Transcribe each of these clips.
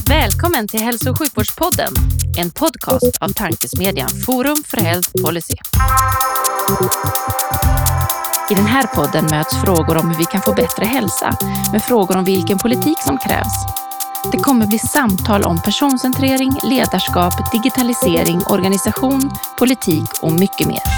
Välkommen till Hälso- och sjukvårdspodden, en podcast av tankesmedjan Forum för Health Policy. I den här podden möts frågor om hur vi kan få bättre hälsa med frågor om vilken politik som krävs. Det kommer bli samtal om personcentrering, ledarskap, digitalisering, organisation, politik och mycket mer.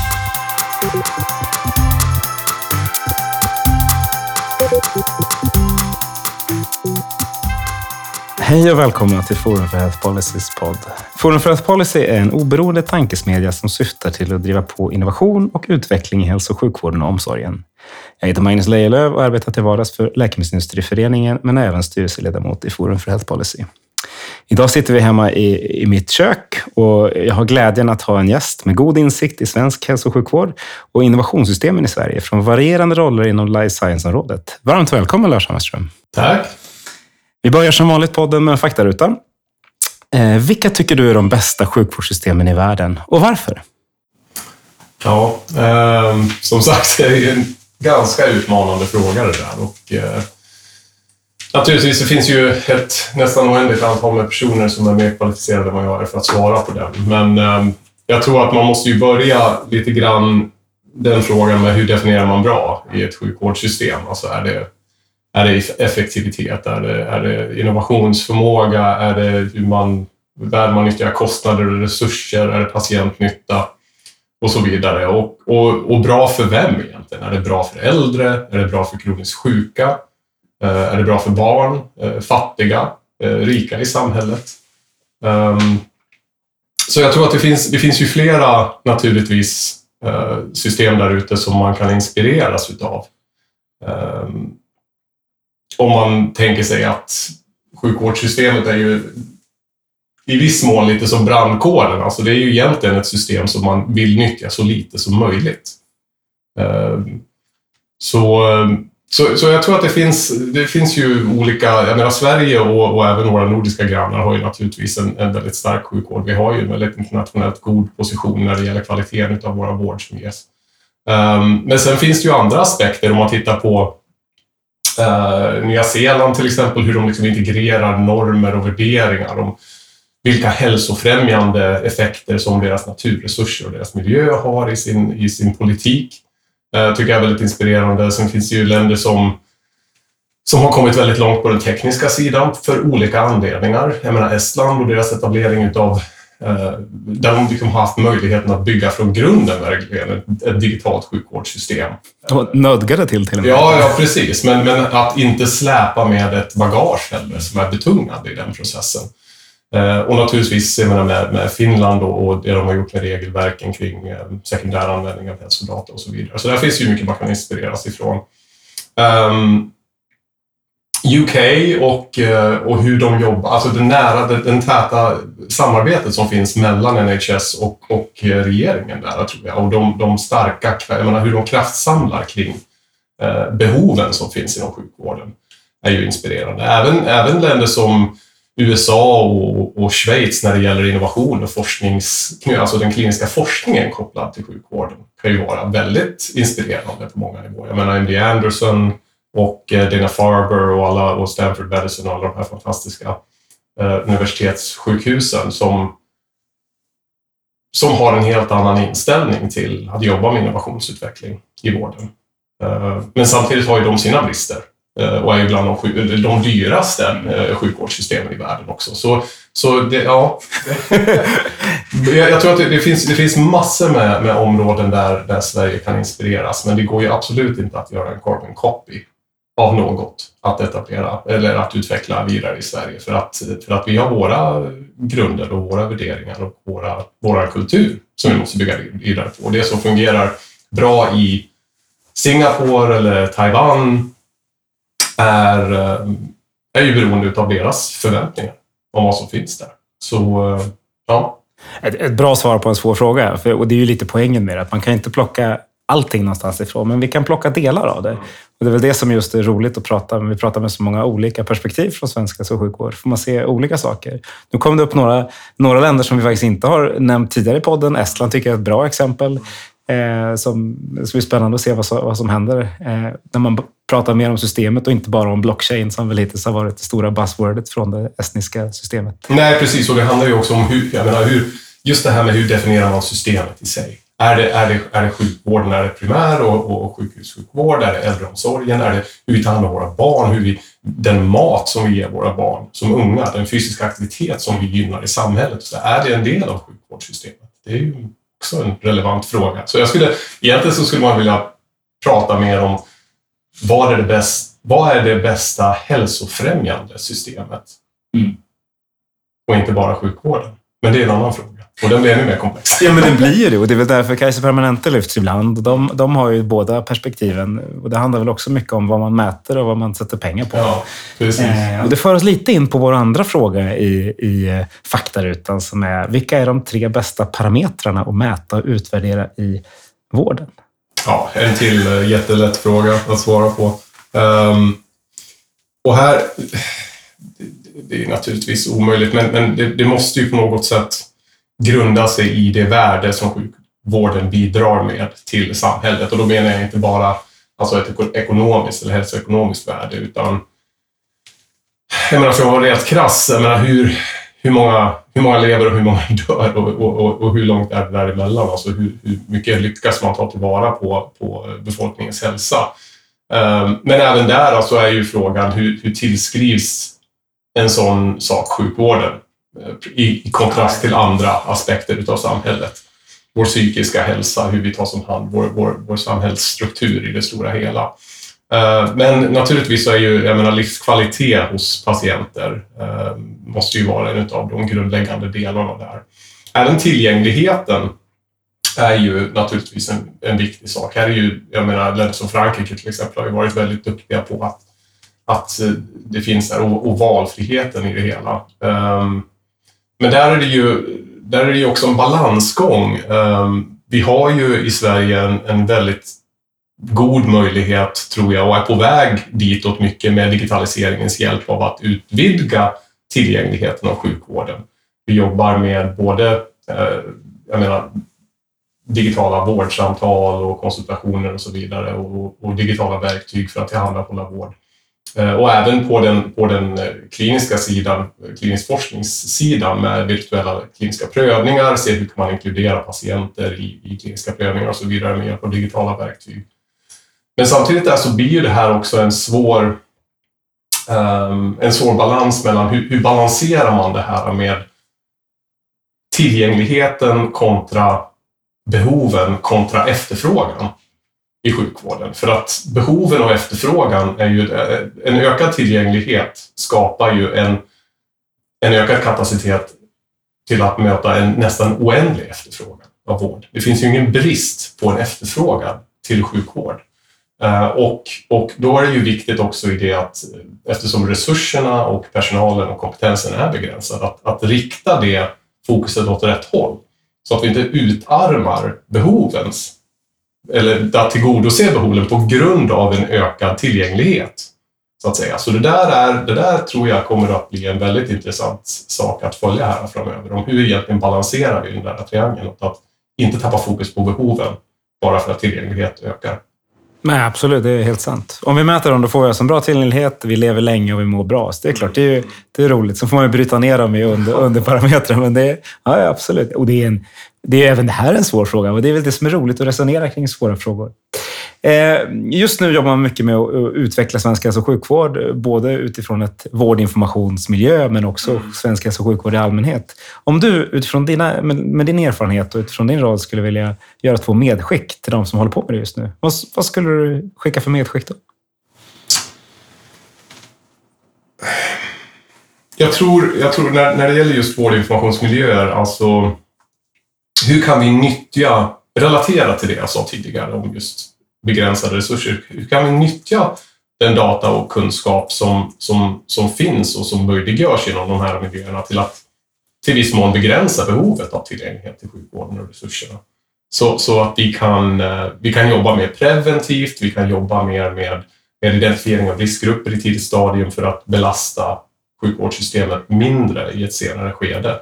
Hej och välkomna till Forum för Health Policys podd. Forum för Health Policy är en oberoende tankesmedja som syftar till att driva på innovation och utveckling i hälso- och sjukvården och omsorgen. Jag heter Magnus Lejelöw och arbetar till vardags för Läkemedelsindustriföreningen men även styrelseledamot i Forum för Health Policy. Idag sitter vi hemma i mitt kök och jag har glädjen att ha en gäst med god insikt i svensk hälso- och sjukvård och innovationssystemen i Sverige från varierande roller inom life science-området. Varmt välkommen Lars Hammarström. Tack. Vi börjar som vanligt podden med en faktaruta. Vilka tycker du är de bästa sjukvårdssystemen i världen och varför? Ja, som sagt det är en ganska utmanande fråga det där. Och, naturligtvis det finns ju ett nästan oändligt antal med personer som är mer kvalificerade än vad jag är för att svara på den. Men jag tror att man måste ju börja lite grann den frågan med hur definierar man bra i ett sjukvårdssystem. Alltså är det effektivitet? Är det innovationsförmåga? Är det hur man nyttjar kostnader och resurser? Är det patientnytta? Och så vidare. Och bra för vem egentligen? Är det bra för äldre? Är det bra för kroniskt sjuka? Är det bra för barn? Fattiga? Rika i samhället? Så jag tror att det finns ju flera naturligtvis system där ute som man kan inspireras utav. Om man tänker sig att sjukvårdssystemet är ju i viss mån lite som brandkåren. Alltså det är ju egentligen ett system som man vill nyttja så lite som möjligt. Så jag tror att det finns ju olika, jag menar Sverige och även våra nordiska grannar har ju naturligtvis en väldigt stark sjukvård. Vi har ju en väldigt internationellt god position när det gäller kvaliteten av våra vård som ges. Men sen finns det ju andra aspekter om man tittar på Nya Zeeland till exempel, hur de liksom integrerar normer och värderingar om vilka hälsofrämjande effekter som deras naturresurser och deras miljö har i sin politik. Tycker jag är väldigt inspirerande. Sen finns det ju länder som har kommit väldigt långt på den tekniska sidan för olika anledningar. Jag menar Estland och deras etablering utav där de liksom har haft möjligheten att bygga från grunden verkligen ett digitalt sjukvårdssystem. Och nödgade till och med. Ja, precis. Men att inte släpa med ett bagage heller som är betungande i den processen. Och naturligtvis jag menar, med Finland och det de har gjort med regelverken kring sekundär användning av hälsodata och så vidare. Så där finns ju mycket man kan inspireras ifrån. UK och hur de jobbar, alltså den täta samarbetet som finns mellan NHS och regeringen där tror jag. Och de starka, jag menar hur de kraftsamlar kring behoven som finns inom sjukvården är ju inspirerande. Även länder som USA och Schweiz när det gäller innovation och alltså den kliniska forskningen kopplad till sjukvården kan ju vara väldigt inspirerande på många nivåer. Jag menar MD Anderson och Dana-Farber och Stanford Medicine och alla de här fantastiska universitetssjukhusen som har en helt annan inställning till att jobba med innovationsutveckling i vården. Men samtidigt har ju de sina brister och är ju bland de dyraste sjukvårdssystemen i världen också. Så det, ja. Jag tror att det finns massor med områden där Sverige kan inspireras, men det går ju absolut inte att göra en carbon copy av något att etablera eller att utveckla vidare i Sverige för att vi har våra grunder och våra värderingar och våra kultur som vi måste bygga vidare på. Och det som fungerar bra i Singapore eller Taiwan är ju beroende av deras förväntningar om vad som finns där. Så ja. Ett bra svar på en svår fråga, och det är ju lite poängen med det, att man kan inte plocka allting någonstans ifrån, men vi kan plocka delar av det. Och det är väl det som just är roligt att prata med. Vi pratar med så många olika perspektiv från svenska så sjukvård. Får man se olika saker. Nu kommer det upp några länder som vi faktiskt inte har nämnt tidigare i podden. Estland tycker jag är ett bra exempel. Som är spännande att se vad som händer. När man prata mer om systemet och inte bara om blockchain som väl hittills har varit det stora buzzwordet från det estniska systemet. Nej, precis. Och det handlar ju också om just det här med hur definierar man systemet i sig. Är det sjukvården, är det primär och sjukhussjukvård, är det äldreomsorgen, är det hur vi tar hand om våra barn, den mat som vi ger våra barn som unga, den fysiska aktivitet som vi gynnar i samhället, så är det en del av sjukvårdssystemet? Det är ju också en relevant fråga. Så egentligen skulle man vilja prata mer om vad är det bästa hälsofrämjande systemet? Och inte bara sjukvården. Men det är en annan fråga. Och den blir ännu mer komplex. Ja, men den blir ju det. Och det är väl därför Kaiser Permanente lyfts ibland. De har ju båda perspektiven. Och det handlar väl också mycket om vad man mäter och vad man sätter pengar på. Ja, precis. Och det för oss lite in på vår andra fråga i faktarutan som är: vilka är de 3 bästa parametrarna att mäta och utvärdera i vården? Ja, en till jättelätt fråga att svara på. Och här, det är naturligtvis omöjligt, men det måste ju på något sätt grunda sig i det värde som sjukvården bidrar med till samhället. Och då menar jag inte bara alltså ett ekonomiskt eller hälsoekonomiskt värde, utan jag menar, för att vara rätt krass, jag menar, hur många lever och hur många dör och hur långt är det däremellan? Alltså hur mycket lyckas man ta tillvara på befolkningens hälsa? Men även där alltså är ju frågan hur tillskrivs en sån sak sjukvården i kontrast till andra aspekter utav samhället. Vår psykiska hälsa, hur vi tar som hand, vår samhällsstruktur i det stora hela. Men naturligtvis så är ju, livskvalitet hos patienter måste ju vara en av de grundläggande delarna där. Även tillgängligheten är ju naturligtvis en viktig sak. Här är ju, länder som Frankrike till exempel har ju varit väldigt duktiga på att det finns där och valfriheten i det hela. Men där är det ju också en balansgång. Vi har ju i Sverige en väldigt god möjlighet, tror jag, och är på väg ditåt mycket med digitaliseringens hjälp av att utvidga tillgängligheten av sjukvården. Vi jobbar med både digitala vårdsamtal och konsultationer och så vidare och digitala verktyg för att tillhandahålla vård. Och även på den kliniska sidan, klinisk forskningssidan med virtuella kliniska prövningar, se hur kan man inkludera patienter i kliniska prövningar och så vidare med hjälp av digitala verktyg. Men samtidigt så blir det här också en svår balans mellan hur balanserar man det här med tillgängligheten kontra behoven kontra efterfrågan i sjukvården. För att behoven och efterfrågan är ju en ökad tillgänglighet skapar ju en ökad kapacitet till att möta en nästan oändlig efterfrågan av vård. Det finns ju ingen brist på en efterfrågan till sjukvård. Och då är det ju viktigt också i det att eftersom resurserna och personalen och kompetensen är begränsad att rikta det fokuset åt rätt håll. Så att vi inte utarmar behovens eller att tillgodose behoven på grund av en ökad tillgänglighet. Så att säga. Så det där tror jag kommer att bli en väldigt intressant sak att följa här framöver. Om hur egentligen balanserar vi den där triangeln och att inte tappa fokus på behoven bara för att tillgänglighet ökar. Nej, absolut, det är helt sant. Om vi mäter dem, då får vi en bra tillgänglighet, vi lever länge och vi mår bra. Så det är klart, det är roligt. Så får man ju bryta ner dem under parametrar. Men det är, ja, absolut. Och det är även det här en svår fråga. Och det är väl det som är roligt att resonera kring svåra frågor. Just nu jobbar man mycket med att utveckla svensk hälso- och sjukvård, både utifrån ett vårdinformationsmiljö men också svensk hälso- och sjukvård i allmänhet. Om du utifrån med din erfarenhet och utifrån din roll skulle vilja göra 2 medskick till de som håller på med det just nu, vad skulle du skicka för medskick då? Jag tror när det gäller just vårdinformationsmiljöer, alltså hur kan vi relatera till det jag sa tidigare om just begränsade resurser. Hur kan vi nyttja den data och kunskap som finns och som möjliggörs inom de här miljöerna till att till viss mån begränsa behovet av tillgänglighet till sjukvården och resurserna. Så att vi kan jobba mer preventivt, vi kan jobba mer med identifiering av riskgrupper i tidigt stadium för att belasta sjukvårdssystemet mindre i ett senare skede.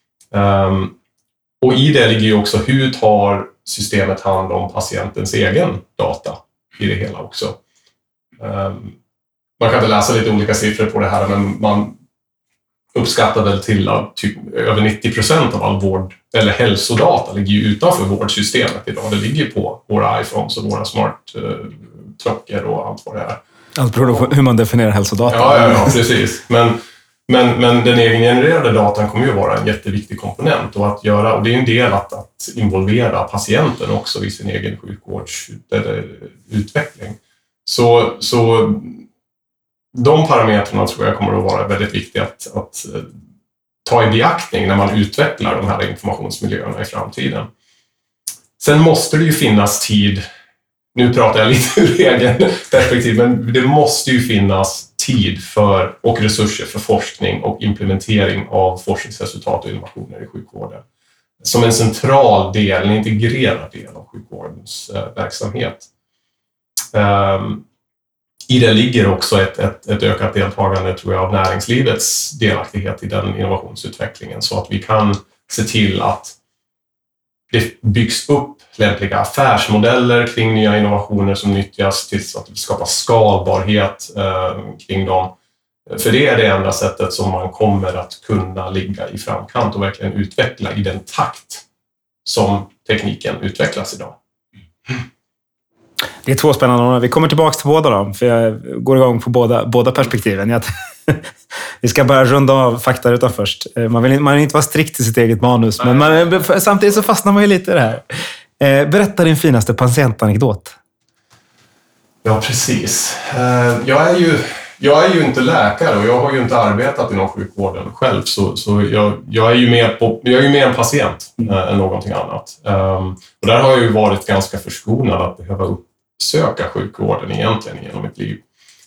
Och i det ligger ju också hur tar systemet hand om patientens egen data i det hela också. Man kan väl läsa lite olika siffror på det här, men man uppskattar väl till att typ över 90% av all vård eller hälsodata ligger ju utanför vårdsystemet idag. Det ligger på våra iPhones och våra smart-klockor och allt vad det är. Allt beror på hur man definierar hälsodata. Ja, precis. Men den egengenererade datan kommer ju vara en jätteviktig komponent och att göra, och det är en del att involvera patienten också i sin egen sjukvårdsutveckling. Så de parametrarna tror jag kommer att vara väldigt viktiga att ta i beaktning när man utvecklar de här informationsmiljöerna i framtiden. Sen måste det ju finnas tid, nu pratar jag lite ur egen perspektiv, men det måste ju finnas tid för och resurser för forskning och implementering av forskningsresultat och innovationer i sjukvården. Som en central del, en integrerad del av sjukvårdens verksamhet. I det ligger också ett ökat deltagande, tror jag, av näringslivets delaktighet i den innovationsutvecklingen, så att vi kan se till att det byggs upp lämpliga affärsmodeller kring nya innovationer som nyttjas till att skapa skalbarhet kring dem. För det är det enda sättet som man kommer att kunna ligga i framkant och verkligen utveckla i den takt som tekniken utvecklas idag. Det är 2 spännande. Vi kommer tillbaka till båda då, för jag går igång på båda perspektiven. Vi ska bara runda av faktarutan först. Man vill inte vara strikt i sitt eget manus, men samtidigt så fastnar man ju lite i det här. Berätta din finaste patientanekdot. Ja, precis. Jag är ju inte läkare och jag har ju inte arbetat inom sjukvården själv, så jag är ju mer en patient än någonting annat. Och där har jag ju varit ganska förskonad att behöva uppsöka sjukvården egentligen genom mitt liv.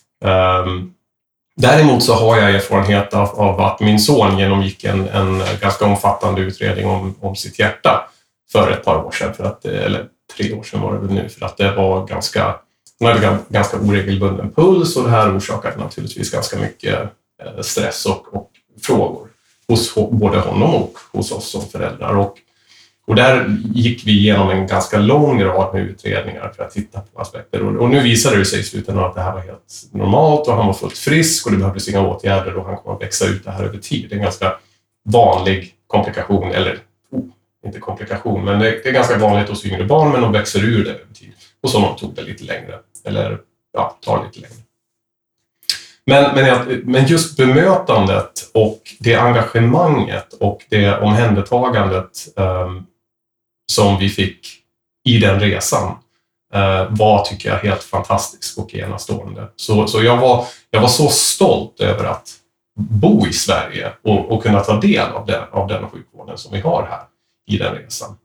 Däremot så har jag erfarenhet av att min son genomgick en ganska omfattande utredning om sitt hjärta för ett par år sedan, eller 3 år sedan var det väl nu, för att det var ganska oregelbunden puls och det här orsakade naturligtvis ganska mycket stress och frågor hos både honom och hos oss som föräldrar. Och där gick vi igenom en ganska lång rad med utredningar för att titta på aspekter. Och nu visade det sig i slutändan att det här var helt normalt och han var fullt frisk och det behövdes inga åtgärder och han kommer att växa ut det här över tid. Det är en ganska vanlig komplikation, eller inte komplikation, men det är ganska vanligt hos yngre barn, men de växer ur det över tid. Och så tog det lite längre, eller tar lite längre. Men just bemötandet och det engagemanget och det omhändertagandet som vi fick i den resan var, tycker jag, helt fantastisk och enastående. Så jag var så stolt över att bo i Sverige och kunna ta del av den sjukvården som vi har här i den resan.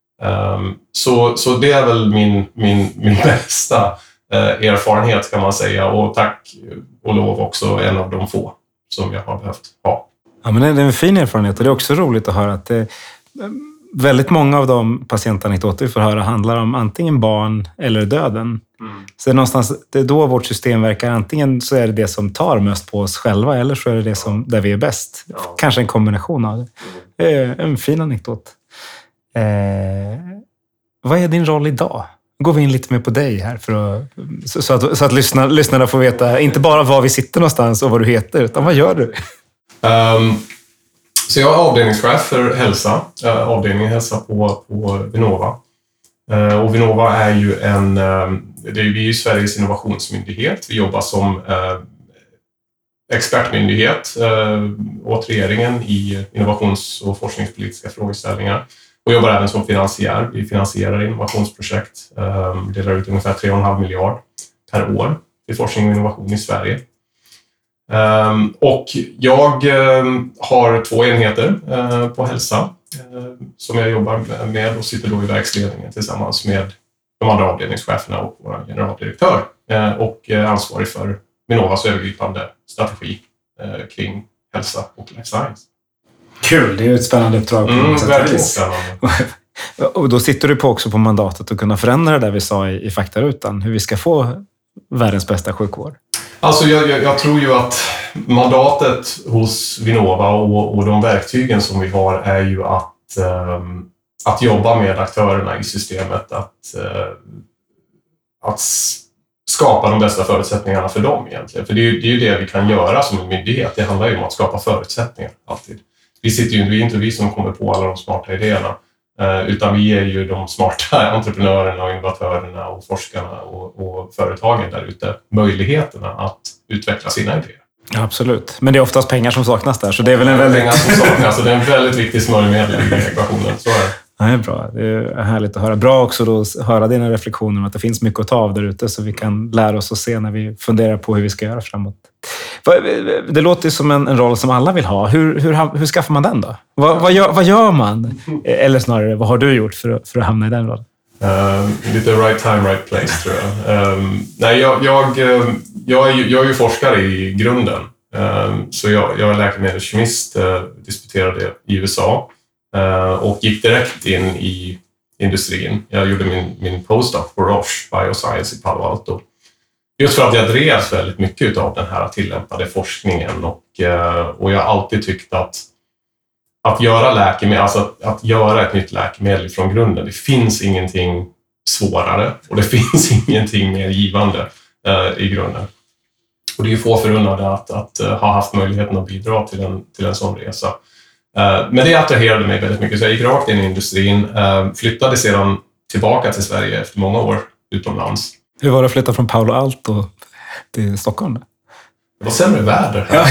Så det är väl min bästa erfarenhet, kan man säga, och tack och lov också en av de få som jag har behövt ha. Ja, men det är en fin erfarenhet och det är också roligt att höra att väldigt många av de patientanekdoter vi får höra handlar om antingen barn eller döden. Så det är då vårt system verkar, antingen så är det som tar mest på oss själva eller så är det som där vi är bäst. Kanske en kombination av det. Det är en fin anekdot. Vad är din roll idag? Går vi in lite mer på dig här så att lyssnarna får veta inte bara var vi sitter någonstans och vad du heter, utan vad gör du? Så jag är avdelningschef för hälsa, avdelningen hälsa på Vinnova. Och Vinnova är ju vi är ju Sveriges innovationsmyndighet. Vi jobbar som expertmyndighet åt regeringen i innovations- och forskningspolitiska frågeställningar. Och jobbar även som finansiär. Vi finansierar innovationsprojekt, delar ut ungefär 3,5 miljard per år till forskning och innovation i Sverige. Och jag har 2 enheter på hälsa som jag jobbar med och sitter då i verksledningen tillsammans med de andra avdelningscheferna och vår generaldirektör och ansvarig för Vinnovas övergripande strategi kring hälsa och life science. Kul, det är ju ett spännande uppdrag. Verkligen spännande. Och då sitter du också på mandatet att kunna förändra det där vi sa i faktarutan, hur vi ska få världens bästa sjukvård. Alltså jag tror ju att mandatet hos Vinnova och de verktygen som vi har är ju att jobba med aktörerna i systemet, att skapa de bästa förutsättningarna för dem egentligen. För det är ju det vi kan göra som en myndighet. Det handlar ju om att skapa förutsättningar alltid. Det är inte vi som kommer på alla de smarta idéerna. Utan vi är ju de smarta entreprenörerna och innovatörerna och forskarna och företagen där ute möjligheterna att utveckla sina idéer. Ja, absolut. Men det är oftast pengar som saknas där. Så det är väl pengar som saknas, så det är en väldigt viktig smörjmedel i ekvationen. Så är det. Ja, det är bra. Det är härligt att höra. Bra också då att höra dina reflektioner om att det finns mycket att ta av där ute så vi kan lära oss och se när vi funderar på hur vi ska göra framåt. Det låter ju som en roll som alla vill ha. Hur skaffar man den då? Vad gör man? Eller snarare, vad har du gjort för att hamna i den rollen? Lite right time, right place tror jag. Jag är ju forskare i grunden. Så jag är läkemedelskemist, disputerade i USA och gick direkt in i industrin. Jag gjorde min postdoc på Roche Bioscience i Palo Alto. Just för att jag drevs väldigt mycket av den här tillämpade forskningen och jag har alltid tyckt att göra läkemedel, alltså att göra ett nytt läkemedel från grunden, det finns ingenting svårare och det finns ingenting mer givande i grunden. Och det är ju få förunnade att ha haft möjligheten att bidra till en sån resa. Men det attraherade mig väldigt mycket så jag gick rakt in i industrin, flyttade sedan tillbaka till Sverige efter många år utomlands. Hur var det att flytta från Palo Alto till Stockholm? Det var sämre väder. Ja.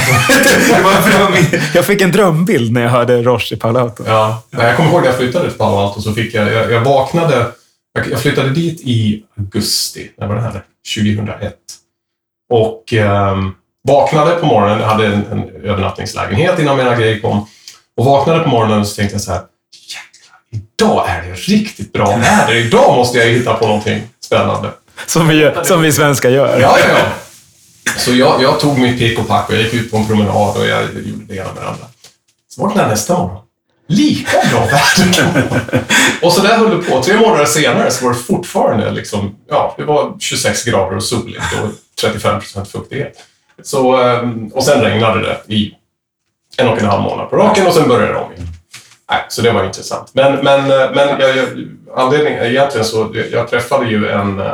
Jag fick en drömbild när jag hörde Roche i Palo Alto. Ja, jag kommer ihåg att jag flyttade till Palo Alto så fick jag vaknade, jag flyttade dit i augusti, när var det här? 2001. Och vaknade på morgonen, jag hade en övernattningslägenhet innan mina grejer kom. Och vaknade på morgonen och så tänkte jag så här, jäklar, idag är det riktigt bra väder. Idag måste jag hitta på någonting spännande. Som vi svenskar gör. Ja. Så jag tog mitt pick och pack och jag gick ut på en promenad och jag gjorde det ena med det andra. Så vaknade jag nästa morgon. Lika bra väder. Och så där höll det på. 3 månader senare så var det fortfarande liksom, det var 26 grader och soligt och 35% fuktighet. Så, och sen regnade det i 1,5 månad på raken och sen började det om igen. Nej, så det var intressant. Men anledningen egentligen så jag träffade ju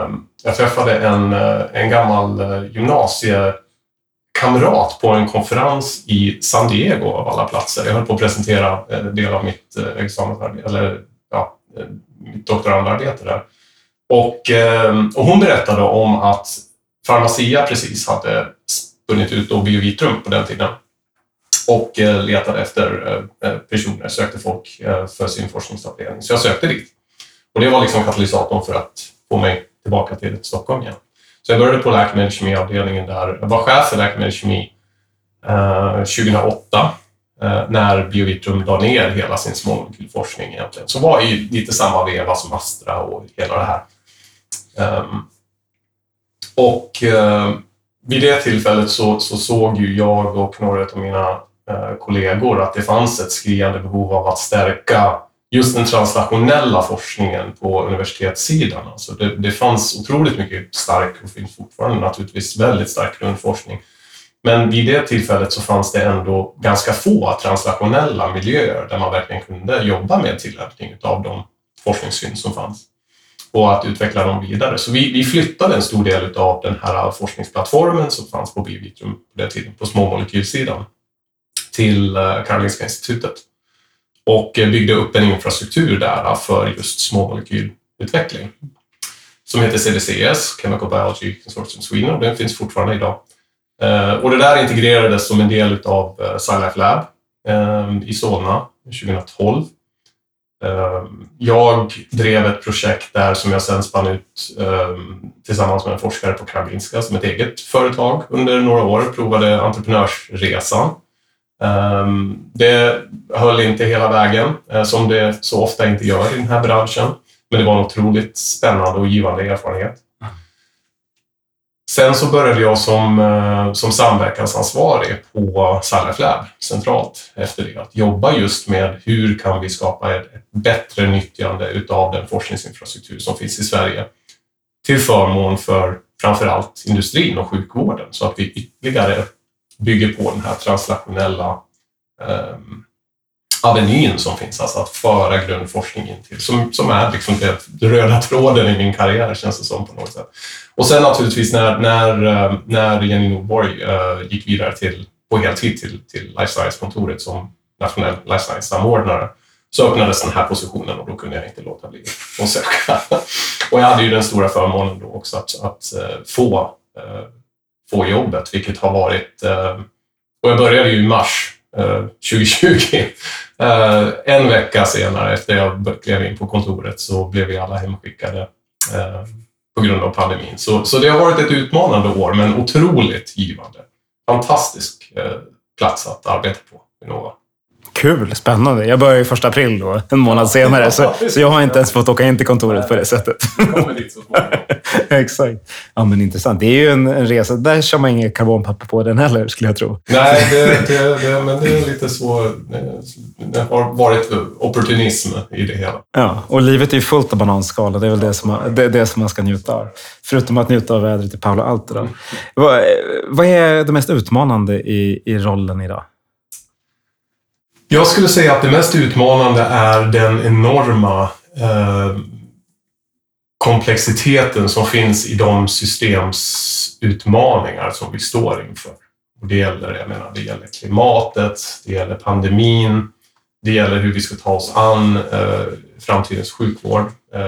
en gammal gymnasiekamrat på en konferens i San Diego av alla platser. Jag höll på att presentera en del av mitt examensarbete eller mitt doktorandarbete där. Och hon berättade om att Pharmacia precis hade spunnit ut Biovitrum på den tiden. Och letade efter personer, sökte folk för sin forskningsavdelning. Så jag sökte dit. Och det var liksom katalysatorn för att få mig tillbaka till Stockholm igen. Så jag började på läkemedelskemiavdelningen där. Jag var chef för läkemedelskemi 2008 när Biovitrum la ner hela sin småmolekylforskning egentligen. Så var i lite samma veva som Astra och hela det här. Vid det tillfället så såg ju jag och några av mina kollegor att det fanns ett skriande behov av att stärka just den translationella forskningen på universitetssidan. Alltså det fanns otroligt mycket stark och finns fortfarande naturligtvis väldigt stark grundforskning. Men vid det tillfället så fanns det ändå ganska få translationella miljöer där man verkligen kunde jobba med tillämpning av de forskningsfynd som fanns och att utveckla dem vidare. Så vi flyttade en stor del av den här forskningsplattformen som fanns på Biovitrum på den tiden, på småmolekylsidan, till Karolinska institutet och byggde upp en infrastruktur där för just småmolekylutveckling som heter CBCS, Chemical Biology Consortium Sweden, och den finns fortfarande idag. Och det där integrerades som en del av SciLife Lab i Solna 2012. Jag drev ett projekt där som jag sen spann ut tillsammans med en forskare på Karolinska som ett eget företag under några år, provade entreprenörsresan. Det höll inte hela vägen, som det så ofta inte gör i den här branschen, men det var en otroligt spännande och givande erfarenhet. Sen så började jag som samverkansansvarig på SciLife Lab centralt efter det. Att jobba just med hur kan vi skapa ett bättre nyttjande utav den forskningsinfrastruktur som finns i Sverige till förmån för framförallt industrin och sjukvården, så att vi ytterligare bygger på den här translationella avenyn som finns, alltså att föra grundforskning in till, som är liksom det röda tråden i min karriär, känns det som på något sätt. Och sen naturligtvis när Jenny Nordborg gick vidare på heltid till Life Science-kontoret som nationell Life Science-samordnare, så öppnades den här positionen och då kunde jag inte låta bli att söka. Och jag hade ju den stora förmånen då också att få jobbet, vilket har varit... Och jag började ju i mars 2020. En vecka senare efter jag klev in på kontoret så blev vi alla hemskickade på grund av pandemin. Så det har varit ett utmanande år, men otroligt givande. Fantastisk plats att arbeta på, Vinnova. Kul, spännande. Jag börjar ju 1 april då, en månad senare. Så jag har inte ens fått åka in till kontoret på det sättet. Kommer dit så småningom. Exakt. Ja, men intressant. Det är ju en resa. Där kör man inget karbonpapper på den heller, skulle jag tro. Nej, men det är lite så... Det har varit opportunism i det hela. Ja, och livet är ju fullt av bananskal och det är väl det som man ska njuta av. Förutom att njuta av vädret i Palo Alto då. Vad är det mest utmanande i rollen idag? Jag skulle säga att det mest utmanande är den enorma komplexiteten som finns i de systemsutmaningar som vi står inför. Och det gäller klimatet, det gäller pandemin, det gäller hur vi ska ta oss an framtidens sjukvård.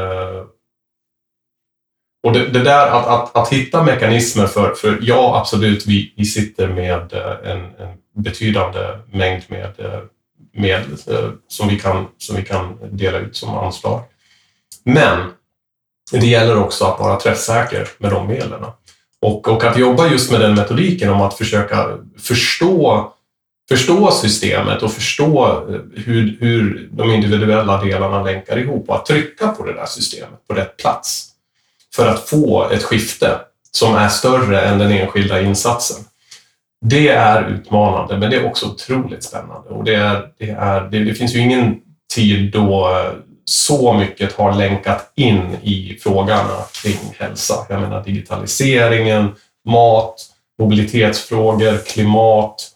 Och det där att hitta mekanismer för ja, absolut, vi sitter med en betydande mängd med medel som vi kan dela ut som anslag. Men det gäller också att vara träffsäker med de medlen. Och att jobba just med den metodiken om att försöka förstå systemet och förstå hur de individuella delarna länkar ihop och att trycka på det där systemet på rätt plats för att få ett skifte som är större än den enskilda insatsen. Det är utmanande, men det är också otroligt spännande. Och det finns ju ingen tid då så mycket har länkat in i frågorna kring hälsa. Jag menar digitaliseringen, mat, mobilitetsfrågor, klimat,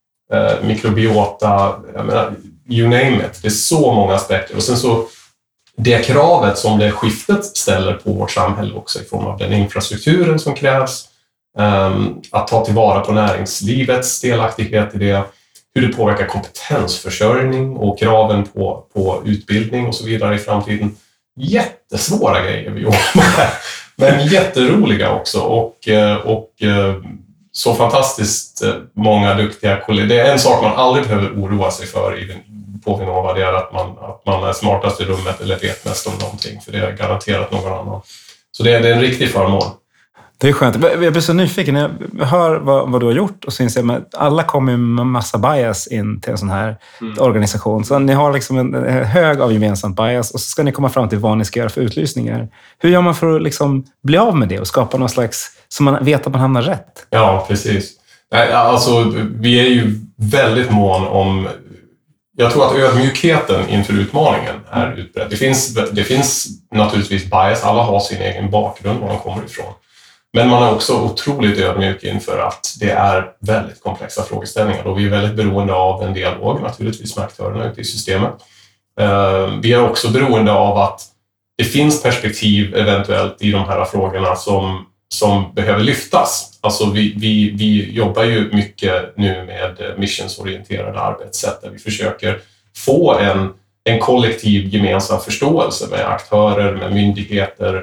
mikrobiota, jag menar, you name it. Det är så många aspekter. Och sen så det kravet som det skiftet ställer på vårt samhälle också i form av den infrastrukturen som krävs, att ta tillvara på näringslivets delaktighet i det, hur det påverkar kompetensförsörjning och kraven på utbildning och så vidare i framtiden. Jättesvåra grejer vi jobbar med, men jätteroliga också och så fantastiskt många duktiga kollegor. Det är en sak man aldrig behöver oroa sig för på Vinnova, det är att man är smartast i rummet eller vet mest om någonting, för det är garanterat någon annan. Så det är en riktig förmån. Det är skönt. Jag blir så nyfiken när jag hör vad du har gjort och så inser jag att alla kommer med massa bias in till en sån här organisation. Så ni har liksom en hög av gemensamt bias och så ska ni komma fram till vad ni ska göra för utlysningar. Hur gör man för att liksom bli av med det och skapa någon slags, så man vet att man hamnar rätt? Ja, precis. Alltså, vi är ju väldigt mån om... Jag tror att ödmjukheten inför utmaningen är utbredd. Det finns naturligtvis bias. Alla har sin egen bakgrund, var de kommer ifrån. Men man är också otroligt ödmjuk inför att det är väldigt komplexa frågeställningar och vi är väldigt beroende av en dialog naturligtvis med aktörerna ute i systemet. Vi är också beroende av att det finns perspektiv eventuellt i de här frågorna som behöver lyftas. Alltså vi jobbar ju mycket nu med missionsorienterade arbetssätt där vi försöker få en kollektiv gemensam förståelse med aktörer, med myndigheter,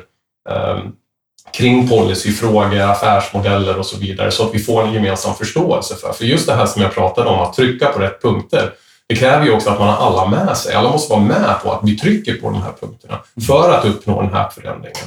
kring policyfrågor, affärsmodeller och så vidare, så att vi får en gemensam förståelse för just det här som jag pratade om, att trycka på rätt punkter. Det kräver ju också att man har alla med sig. Alla måste vara med på att vi trycker på de här punkterna för att uppnå den här förändringen.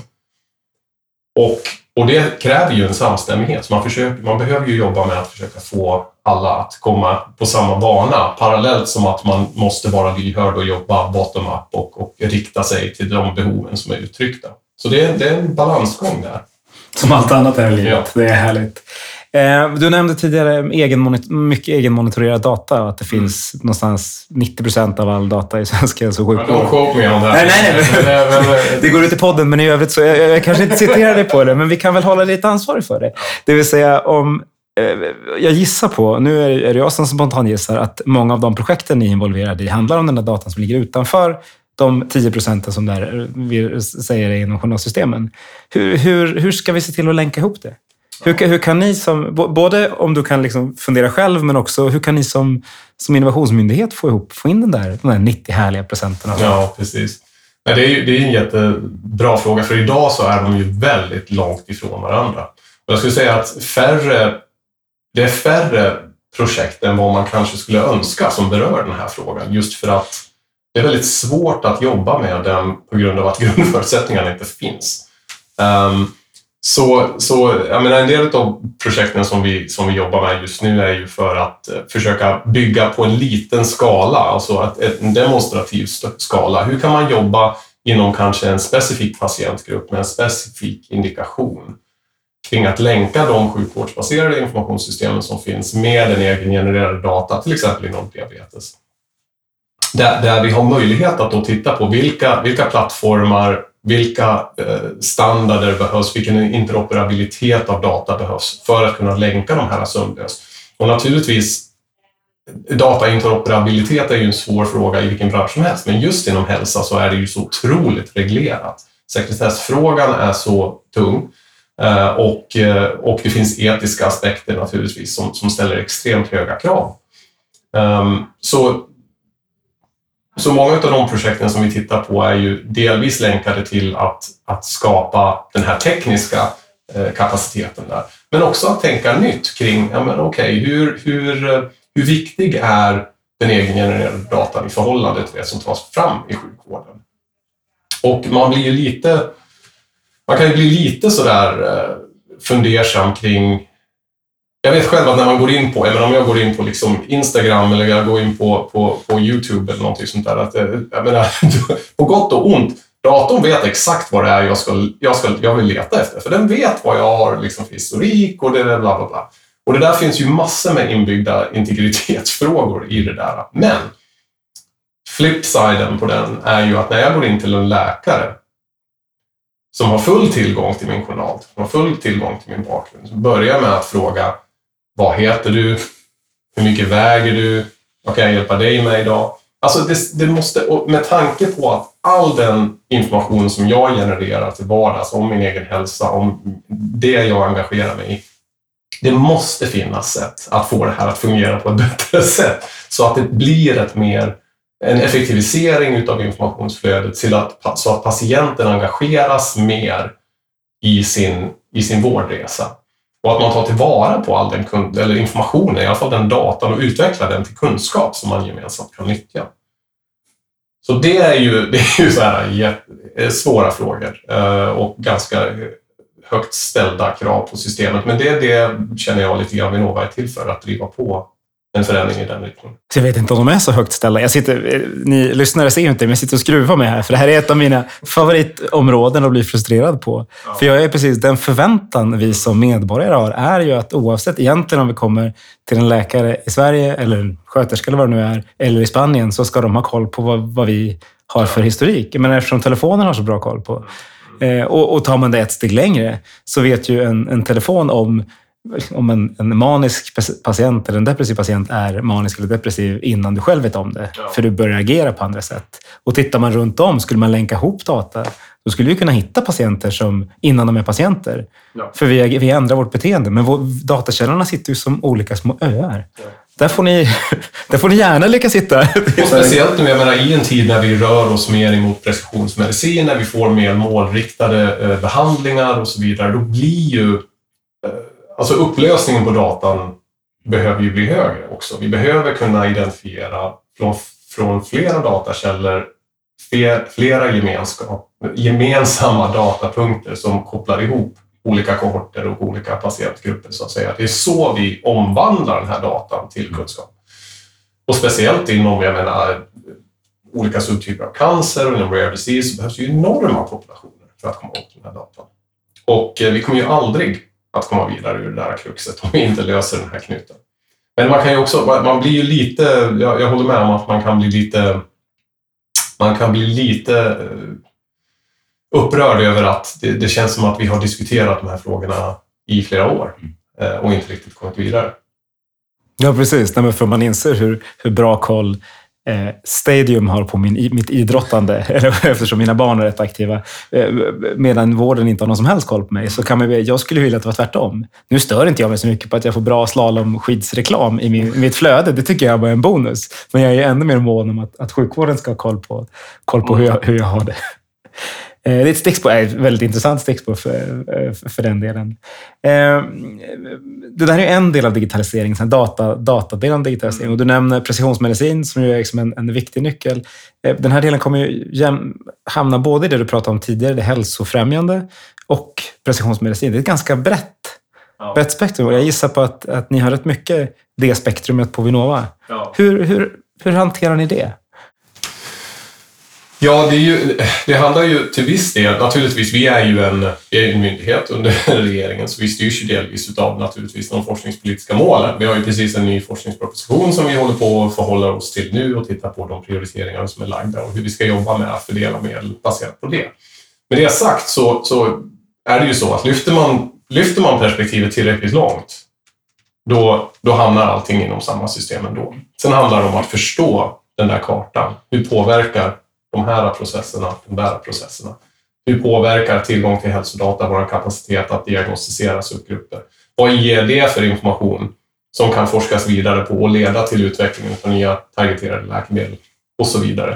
Och det kräver ju en samstämmighet. Så man behöver ju jobba med att försöka få alla att komma på samma bana, parallellt som att man måste vara lyhörd och jobba bottom-up och rikta sig till de behoven som är uttryckta. Så det är en balansgång där. Som allt annat här i livet. Ja. Det är härligt. Du nämnde tidigare mycket egenmonitorerad data och att det finns någonstans 90% av all data i svenska hälso- och sjukvård. Don't quote me on that. Nej. Det går ut i podden, men i övrigt så jag kanske inte citerar dig på det, men vi kan väl hålla lite ansvarig för det. Det vill säga om Jag gissar på, nu är det jag som spontant gissar, att många av de projekten ni är involverade i handlar om den där datan som ligger utanför de 10% som där vi säger är inom journalsystemen. Hur ska vi se till att länka ihop det? Hur kan ni som, både om du kan liksom fundera själv, men också hur kan ni som innovationsmyndighet få in de där 90 härliga procenten? Ja, precis. Det är en jättebra fråga, för idag så är de ju väldigt långt ifrån varandra. Och jag skulle säga att det är färre projekt än vad man kanske skulle önska som berör den här frågan. Just för att det är väldigt svårt att jobba med den på grund av att grundförutsättningarna inte finns. Så jag menar, en del av projekten som vi jobbar med just nu är ju för att försöka bygga på en liten skala, alltså en demonstrativ skala. Hur kan man jobba inom kanske en specifik patientgrupp med en specifik indikation kring att länka de sjukvårdsbaserade informationssystemen som finns med en egengenererad data, till exempel inom diabetes. Där vi har möjlighet att då titta på vilka plattformar, vilka standarder behövs, vilken interoperabilitet av data behövs för att kunna länka de här sömlöst. Och naturligtvis, datainteroperabilitet är ju en svår fråga i vilken bransch som helst, men just inom hälsa så är det ju så otroligt reglerat. Sekretessfrågan är så tung och det finns etiska aspekter naturligtvis som ställer extremt höga krav. Så många av de projekten som vi tittar på är ju delvis länkade till att skapa den här tekniska kapaciteten där. Men också att tänka nytt kring, hur viktig är den egengenererade datan i förhållande till det som tas fram i sjukvården. Och man kan ju bli lite sådär fundersam kring. Jag vet själv att när man går in på, om jag går in på liksom Instagram eller jag går in på YouTube eller någonting sånt där, att jag menar, på gott och ont, datorn vet exakt vad det är jag vill leta efter, för den vet vad jag har liksom för historik och det där bla bla bla. Och det där finns ju massor med inbyggda integritetsfrågor i det där. Men flipsiden på den är ju att när jag går in till en läkare som har full tillgång till min journal, som har full tillgång till min bakgrund, så börjar jag med att fråga: vad heter du? Hur mycket väger du? Vad kan jag hjälpa dig med idag? Alltså det måste, och med tanke på att all den information som jag genererar till vardags om min egen hälsa, om det jag engagerar mig i, det måste finnas sätt att få det här att fungera på ett bättre sätt, så att det blir en effektivisering av informationsflödet så att patienten engageras mer i sin vårdresa. Och att man tar tillvara på all den informationen, i alla fall den datan, och utvecklar den till kunskap som man gemensamt kan nyttja. Så det är ju så här svåra frågor och ganska högt ställda krav på systemet. Men det känner jag lite grann Vinnova är till för, att driva på en förändring i den riktningen. Så jag vet inte om de är så högt ställda. Ni lyssnare ser ju inte, men jag sitter och skruvar med här. För det här är ett av mina favoritområden att bli frustrerad på. Ja. För jag är precis, den förväntan vi som medborgare har är ju att oavsett egentligen om vi kommer till en läkare i Sverige eller en sköterska eller vad det nu är, eller i Spanien, så ska de ha koll på vad vi har för historik. Men eftersom telefonen har så bra koll på. Och tar man det ett steg längre så vet ju en telefon om en manisk patient eller en depressiv patient är manisk eller depressiv innan du själv vet om det. Ja. För du börjar agera på andra sätt. Och tittar man runt om, skulle man länka ihop data, då skulle vi kunna hitta patienter som innan de är patienter. Ja. För vi ändrar vårt beteende. Men datakällorna sitter ju som olika små öar. Ja. Där får ni gärna lyckas sitta. Och speciellt nu, jag menar, i en tid när vi rör oss mer emot precisionsmedicin, när vi får mer målriktade behandlingar och så vidare, då blir ju alltså upplösningen på datan behöver ju bli högre också. Vi behöver kunna identifiera från flera datakällor flera gemensamma datapunkter som kopplar ihop olika kohorter och olika patientgrupper, så att säga. Det är så vi omvandlar den här datan till kunskap. Och speciellt inom, jag menar, olika subtyper av cancer och inom rare disease så behövs ju enorma populationer för att komma åt den här datan. Och vi kommer ju aldrig att komma vidare ur det där kruxet om vi inte löser den här knuten. Men man kan ju också, man blir ju lite, jag håller med om att man kan bli lite upprörd över att det känns som att vi har diskuterat de här frågorna i flera år. och inte riktigt kommit vidare. Ja, precis. Nej, men för man inser hur bra koll Stadium har på mitt idrottande, eftersom mina barn är rätt aktiva, medan vården inte har någon som helst koll på mig, så kan jag skulle vilja att det var tvärtom. Nu stör inte jag mig så mycket på att jag får bra slalomskidsreklam i mitt flöde. Det tycker jag bara är en bonus. Men jag är ännu mer mån om att sjukvården ska ha koll på hur jag har det. Det är ett stickspår, ett väldigt intressant stickspår för den delen. Det där är en del av digitalisering, datadelen av digitalisering. Och du nämner precisionsmedicin som ju är liksom en viktig nyckel. Den här delen kommer ju hamna både i det du pratade om tidigare, det hälsofrämjande, och precisionsmedicin. Det är ett ganska brett spektrum. Jag gissar på att ni har rätt mycket det spektrumet på Vinnova. Ja. Hur hanterar ni det? Ja, det handlar ju till viss del, naturligtvis, vi är ju en myndighet under regeringen, så vi styrs ju delvis av naturligtvis de forskningspolitiska målen. Vi har ju precis en ny forskningsproposition som vi håller på att förhålla oss till nu och titta på de prioriteringar som är lagda och hur vi ska jobba med att fördela medel baserat på det. Med det sagt så är det ju så att lyfter man perspektivet tillräckligt långt, då hamnar allting inom samma system ändå. Sen handlar det om att förstå den där kartan. Hur påverkar de här processerna, de där processerna? Hur påverkar tillgång till hälsodata vår kapacitet att diagnostisera subgrupper? Vad ger det för information som kan forskas vidare på och leda till utvecklingen av nya targeterade läkemedel och så vidare?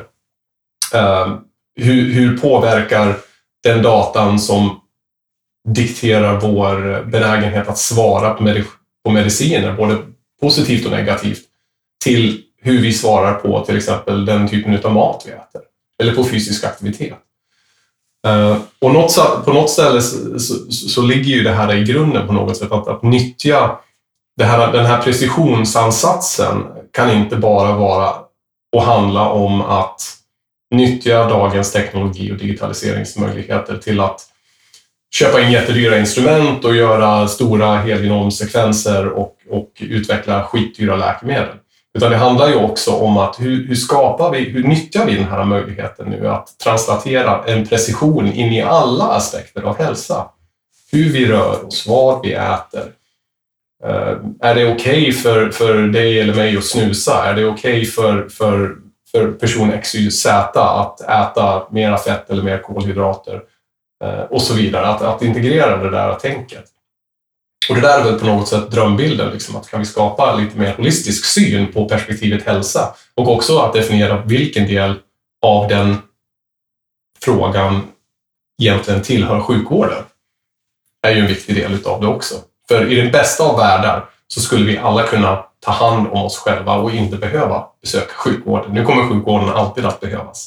Hur påverkar den datan som dikterar vår benägenhet att svara på mediciner, både positivt och negativt, till hur vi svarar på till exempel den typen av mat vi äter eller på fysisk aktivitet. Och på något ställe så ligger ju det här i grunden på något sätt att nyttja den här precisionsansatsen kan inte bara vara och handla om att nyttja dagens teknologi och digitaliseringsmöjligheter till att köpa in jättedyra instrument och göra stora helgenomsekvenser och utveckla skitdyra läkemedel. Utan det handlar ju också om att hur nyttjar vi den här möjligheten nu att translatera en precision in i alla aspekter av hälsa. Hur vi rör oss, vad vi äter. Är det okej för dig eller mig att snusa? Är det okej för person X, Y, Z att äta mera fett eller mer kolhydrater? Och så vidare. Att integrera det där tänket. Och det där är väl på något sätt drömbilden, liksom, att kan vi skapa lite mer holistisk syn på perspektivet hälsa och också att definiera vilken del av den frågan egentligen tillhör sjukvården är ju en viktig del utav det också. För i den bästa av världar så skulle vi alla kunna ta hand om oss själva och inte behöva besöka sjukvården. Nu kommer sjukvården alltid att behövas.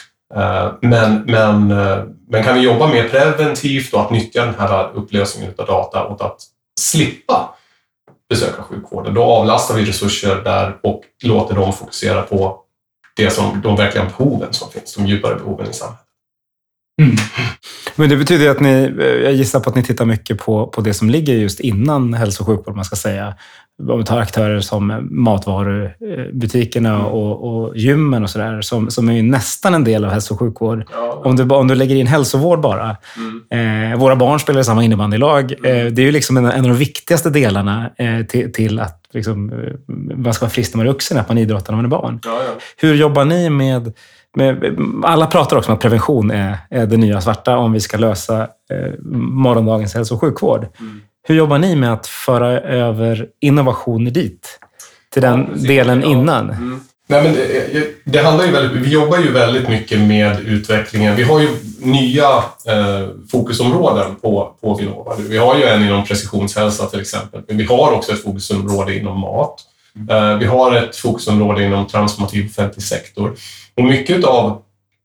Men kan vi jobba mer preventivt och att nyttja den här upplösningen av data och att slippa besöka sjukvården, då avlastar vi resurser där och låter dem fokusera på det som de verkliga behoven som finns, de djupare behoven i samhället. Mm. Men det betyder att jag gissar på att ni tittar mycket på det som ligger just innan hälso- och sjukvård, man ska säga. Om vi tar aktörer som matvarubutikerna och gymmen och sådär, som är ju nästan en del av hälso- och sjukvård. Ja. Om du lägger in hälsovård bara. Våra barn spelar i samma innebandylag. Det är ju liksom en av de viktigaste delarna till att liksom, man ska vara frisk när man är vuxen, att man idrottar när man är barn. Ja. Hur jobbar ni med alla pratar också om att prevention är det nya svarta om vi ska lösa morgondagens hälso- och sjukvård. Hur jobbar ni med att föra över innovationer dit? Till den delen innan? Nej, men det handlar ju vi jobbar ju väldigt mycket med utvecklingen. Vi har ju nya fokusområden på Vinnova. Vi har ju en inom precisionshälsa till exempel. Men vi har också ett fokusområde inom mat. Vi har ett fokusområde inom transformativ offentlig sektor. Och mycket av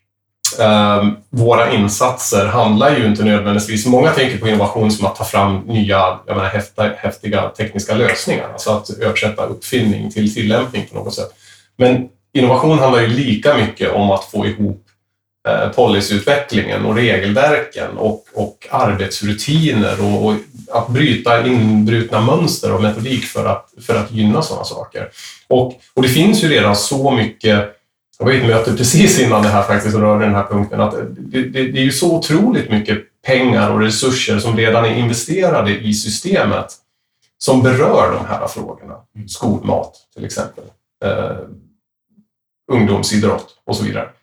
våra insatser handlar ju inte nödvändigtvis. Många tänker på innovation som att ta fram nya häftiga tekniska lösningar. Alltså att översätta uppfinning till tillämpning på något sätt. Men innovation handlar ju lika mycket om att få ihop policyutvecklingen och regelverken och arbetsrutiner och att bryta inbrutna mönster och metodik för att gynna sådana saker. Och det finns ju redan så mycket. Jag var i ett möte precis innan det här faktiskt rörde den här punkten, att det är ju så otroligt mycket pengar och resurser som redan är investerade i systemet som berör de här frågorna. Skolmat till exempel. Ungdomsidrott och så vidare.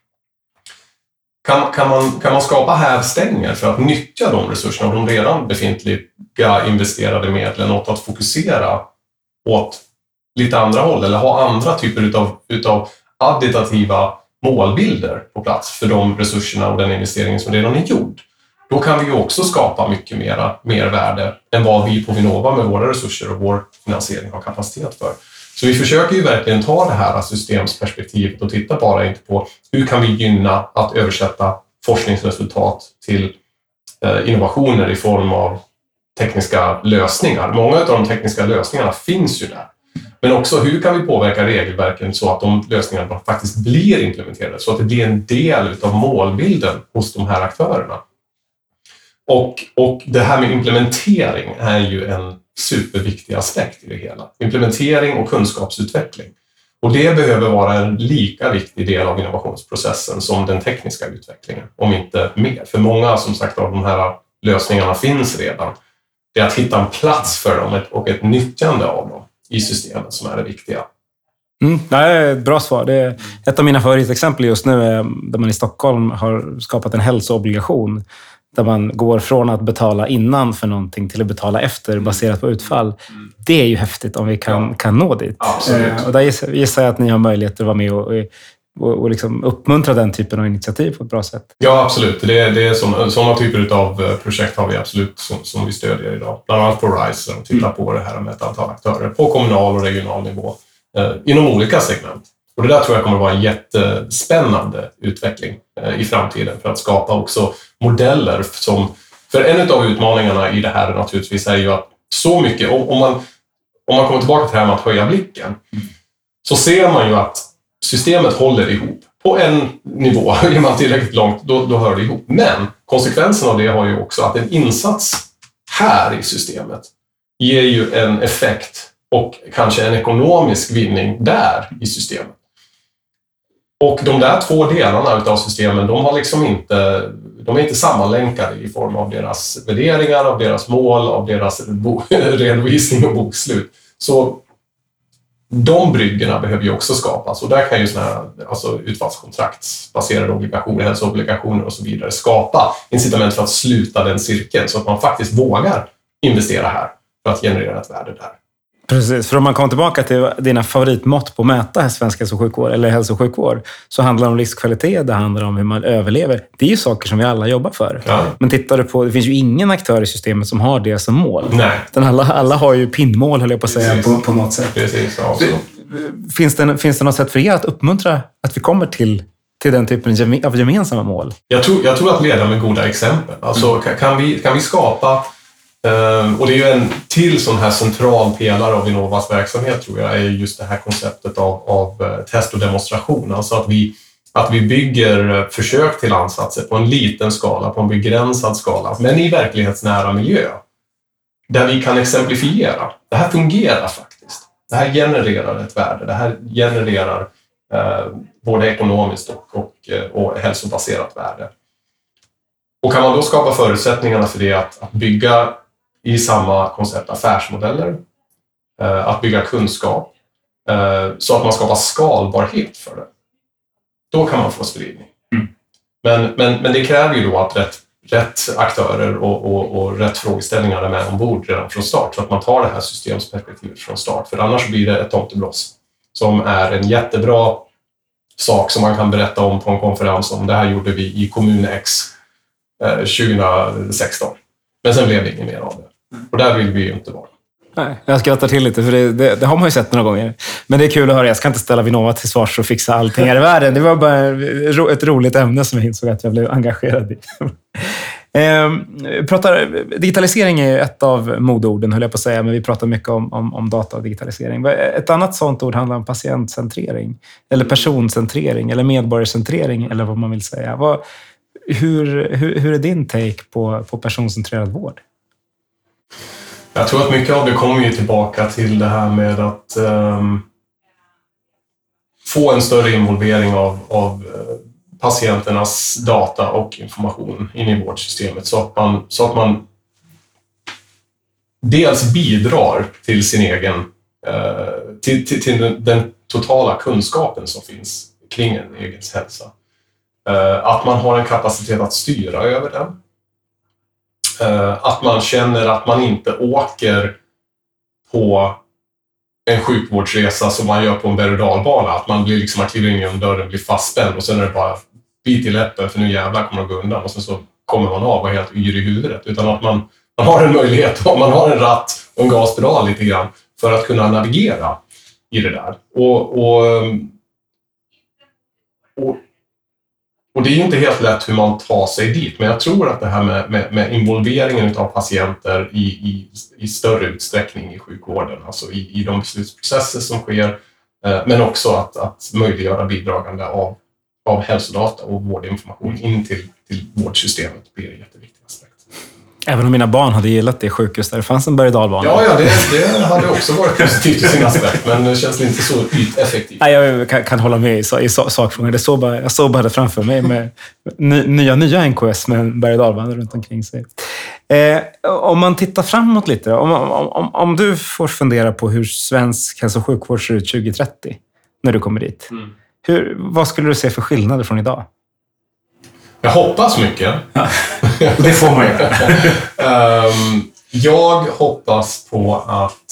Kan man skapa hävstänger för att nyttja de resurserna och de redan befintliga investerade medlen åt att fokusera åt lite andra håll eller ha andra typer utav additativa målbilder på plats för de resurserna och den investeringen som redan är gjord. Då kan vi ju också skapa mycket mer värde än vad vi på Vinnova med våra resurser och vår finansiering har kapacitet för. Så vi försöker ju verkligen ta det här systemsperspektivet och titta bara inte på hur kan vi gynna att översätta forskningsresultat till innovationer i form av tekniska lösningar. Många av de tekniska lösningarna finns ju där. Men också hur kan vi påverka regelverken så att de lösningarna faktiskt blir implementerade, så att det blir en del av målbilden hos de här aktörerna. Och det här med implementering är ju en superviktig aspekt i det hela. Implementering och kunskapsutveckling. Och det behöver vara en lika viktig del av innovationsprocessen som den tekniska utvecklingen, om inte mer. För många som sagt av de här lösningarna finns redan. Det är att hitta en plats för dem och ett nyttjande av dem i systemet som är det viktiga. Det är ett bra svar. Det är ett av mina favoritexempel just nu är där man i Stockholm har skapat en hälsoobligation där man går från att betala innan för någonting till att betala efter baserat på utfall. Det är ju häftigt om vi kan nå dit. Och där gissar jag att ni har möjlighet att vara med och liksom uppmuntra den typen av initiativ på ett bra sätt. Ja, absolut. Det är sådana typer av projekt har vi absolut som vi stödjer idag. Bland annat på RISE som tittar på det här med ett antal aktörer på kommunal och regional nivå inom olika segment. Och det där tror jag kommer att vara en jättespännande utveckling i framtiden för att skapa också modeller som... För en av utmaningarna i det här naturligtvis är ju att så mycket... Om man kommer tillbaka till det här med att höja blicken så ser man ju att systemet håller ihop. På en nivå, är man tillräckligt långt, då hör det ihop. Men konsekvensen av det har ju också att en insats här i systemet ger ju en effekt och kanske en ekonomisk vinning där i systemet. Och de där två delarna av systemen, de är inte sammanlänkade i form av deras värderingar, av deras mål, av deras redovisning och bokslut. Så de bryggorna behöver ju också skapas och där kan ju såna här utfallskontraktsbaserade obligationer, hälsoobligationer och så vidare skapa incitament för att sluta den cirkeln så att man faktiskt vågar investera här för att generera ett värde där. Precis, för om man kommer tillbaka till dina favoritmått på att mäta svensk hälso- och sjukvård eller hälso- och sjukvård så handlar det om livskvalitet, det handlar om hur man överlever. Det är ju saker som vi alla jobbar för. Ja. Men tittar du på, det finns ju ingen aktör i systemet som har det som mål. Nej. Alla har ju pinnmål, höll jag på att säga, på något sätt. Precis, ja. Finns det något sätt för er att uppmuntra att vi kommer till den typen av gemensamma mål? Jag tror att leda med goda exempel. Alltså, kan vi skapa... Och det är ju en till sån här central pelare av Vinnovas verksamhet tror jag är just det här konceptet av test och demonstration. Alltså att vi bygger försök till ansatser på en liten skala, på en begränsad skala, men i verklighetsnära miljö. Där vi kan exemplifiera. Det här fungerar faktiskt. Det här genererar ett värde. Det här genererar både ekonomiskt och hälsobaserat värde. Och kan man då skapa förutsättningarna för det att bygga i samma koncept affärsmodeller, att bygga kunskap, så att man skapar skalbarhet för det. Då kan man få spridning. Men det kräver ju då att rätt aktörer och rätt frågeställningar är med ombord redan från start, så att man tar det här systemsperspektivet från start. För annars blir det ett tomtebloss som är en jättebra sak som man kan berätta om på en konferens om. Det här gjorde vi i kommun X 2016. Men sen blev det inget mer av det. Och där vill vi ju inte vara. Nej, jag skrattar till lite för det har man ju sett några gånger. Men det är kul att höra. Jag ska inte ställa Vinnova till svars och fixa allting här i världen. Det var bara ett roligt ämne som jag insåg att jag blev engagerad i. Digitalisering är ett av modorden, höll jag på att säga, men vi pratar mycket om data och digitalisering. Ett annat sånt ord handlar om patientcentrering, eller personcentrering, eller medborgarcentrering, eller vad man vill säga. Hur är din take på personcentrerad vård? Jag tror att mycket av det kommer ju tillbaka till det här med att få en större involvering av patienternas data och information in i vårdsystemet så att man dels bidrar till sin egen till den totala kunskapen som finns kring en egen hälsa. Att man har en kapacitet att styra över den. Att man känner att man inte åker på en sjukvårdsresa som man gör på en berg- och dalbana. Att man blir liksom, man kliver in genom dörren, blir fastspänd och sen är det bara bit i läppen för nu jävlar kommer att gå undan och sen så kommer man av och är helt yr i huvudet. Utan att man har en möjlighet, man har en ratt och en gaspedal lite grann för att kunna navigera i det där. Och det är ju inte helt lätt hur man tar sig dit, men jag tror att det här med involveringen av patienter i större utsträckning i sjukvården, alltså i de beslutsprocesser som sker, men också att möjliggöra bidragande av hälsodata och vårdinformation in till vårdsystemet blir en jätteviktig aspekt. Även om mina barn hade gillat det sjukhus där det fanns en berg- och dalbana. Ja, det hade också varit positivt i sin aspekt, men det känns inte så yteffektivt. Nej, jag kan hålla med i sakfrågan. Jag såg bara det framför mig med nya NKS med en berg- och dalbana runt omkring sig. Om man tittar framåt lite, om du får fundera på hur svensk hälso- och sjukvård ser ut 2030, när du kommer dit. Vad skulle du se för skillnader från idag? Jag hoppas mycket. Ja, det får man göra. Jag hoppas på att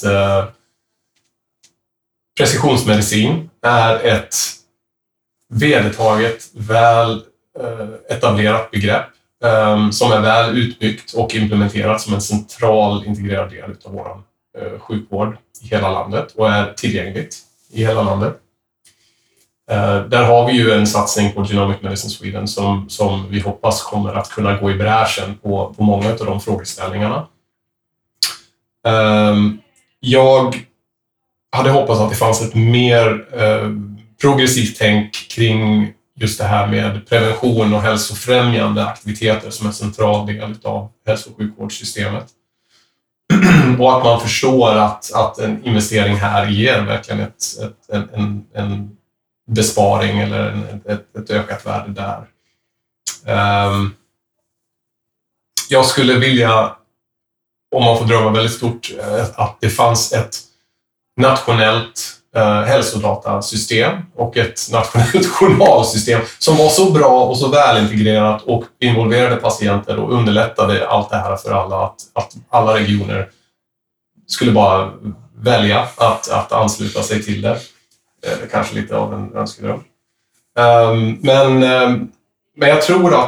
precisionsmedicin är ett vedertaget, väl etablerat begrepp som är väl utbyggt och implementerat som en central integrerad del av vår sjukvård i hela landet och är tillgängligt i hela landet. Där har vi ju en satsning på Genomic Medicine Sweden som vi hoppas kommer att kunna gå i bräschen på många av de frågeställningarna. Jag hade hoppats att det fanns ett mer progressivt tänk kring just det här med prevention och hälsofrämjande aktiviteter som en central del av hälso- och sjukvårdssystemet. Och att man förstår att en investering här ger verkligen en besparing eller ett ökat värde där. Jag skulle vilja, om man får drömma väldigt stort, att det fanns ett nationellt hälsodatasystem och ett nationellt journalsystem som var så bra och så väl integrerat och involverade patienter och underlättade allt det här för alla, att alla regioner skulle bara välja att ansluta sig till det. Kanske lite av en önskedröm. Men jag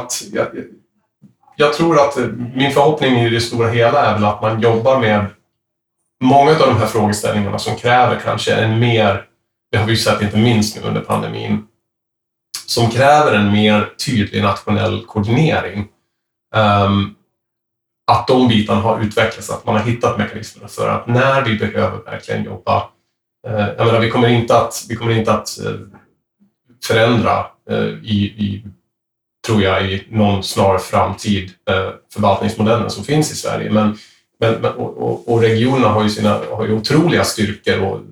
tror att min förhoppning i det stora hela är väl att man jobbar med många av de här frågeställningarna som kräver kanske en mer, det har vi sett inte minst nu under pandemin, som kräver en mer tydlig nationell koordinering. Att de bitarna har utvecklats, att man har hittat mekanismer för att när vi behöver verkligen jobba. Jag menar, vi kommer inte att förändra tror jag, i någon snar framtid förvaltningsmodellen som finns i Sverige. Och regionerna har ju otroliga styrkor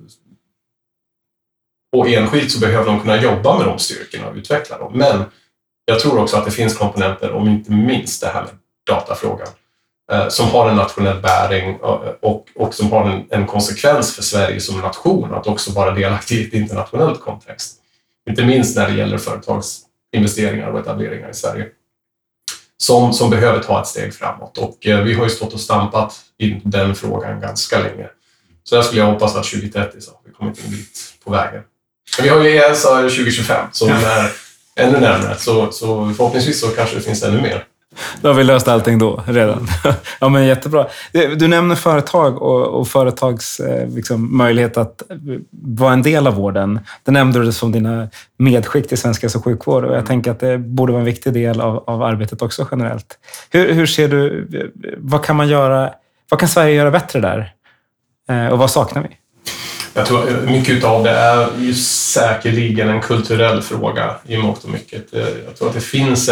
och enskilt så behöver de kunna jobba med de styrkorna och utveckla dem. Men jag tror också att det finns komponenter, om inte minst det här med datafrågan, som har en nationell bäring och som har en konsekvens för Sverige som nation att också vara delaktig i ett internationellt kontext. Inte minst när det gäller företagsinvesteringar och etableringar i Sverige. Som behöver ta ett steg framåt. Och vi har ju stått och stampat i den frågan ganska länge. Så där skulle jag hoppas att 2030 så vi kommer en bit på vägen. Men vi har ju ESA 2025 som är ännu närmare. Så förhoppningsvis så kanske det finns ännu mer. Då har vi löst allting då redan. Ja, men jättebra. Du nämner företag och företags möjlighet att vara en del av vården. Det nämnde du som dina medskick till svensk hälso- och sjukvård. Och jag tänker att det borde vara en viktig del av arbetet också generellt. Hur ser du, vad kan man göra, vad kan Sverige göra bättre där? Och vad saknar vi? Jag tror mycket av det är ju säkerligen en kulturell fråga i mångt och mycket. Jag tror att det finns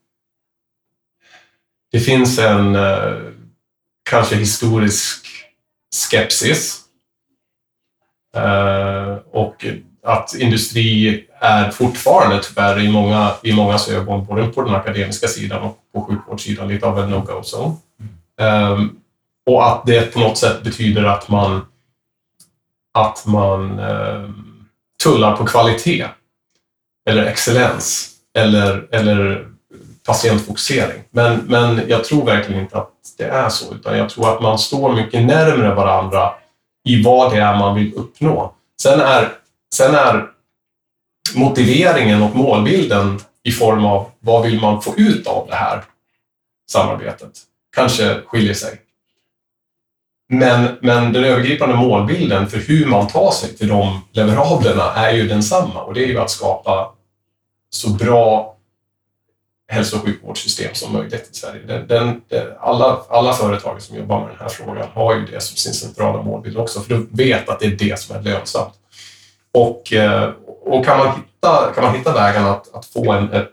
en kanske historisk skepsis och att industri är fortfarande tyvärr i mångas ögon, både på den akademiska sidan och på sjukvårdssidan, lite av en no-go zone. Och att det på något sätt betyder att man tullar på kvalitet eller excellens eller patientfokusering. Men jag tror verkligen inte att det är så, utan jag tror att man står mycket närmare varandra i vad det är man vill uppnå. Sen är motiveringen och målbilden i form av vad vill man få ut av det här samarbetet kanske skiljer sig. Men den övergripande målbilden för hur man tar sig till de leverablerna är ju densamma, och det är ju att skapa så bra hälso- och sjukvårdssystem som möjligt i Sverige. Alla företag som jobbar med den här frågan har ju det som sin centrala målbild också, för de vet att det är det som är lönsamt. Och kan man hitta vägen att få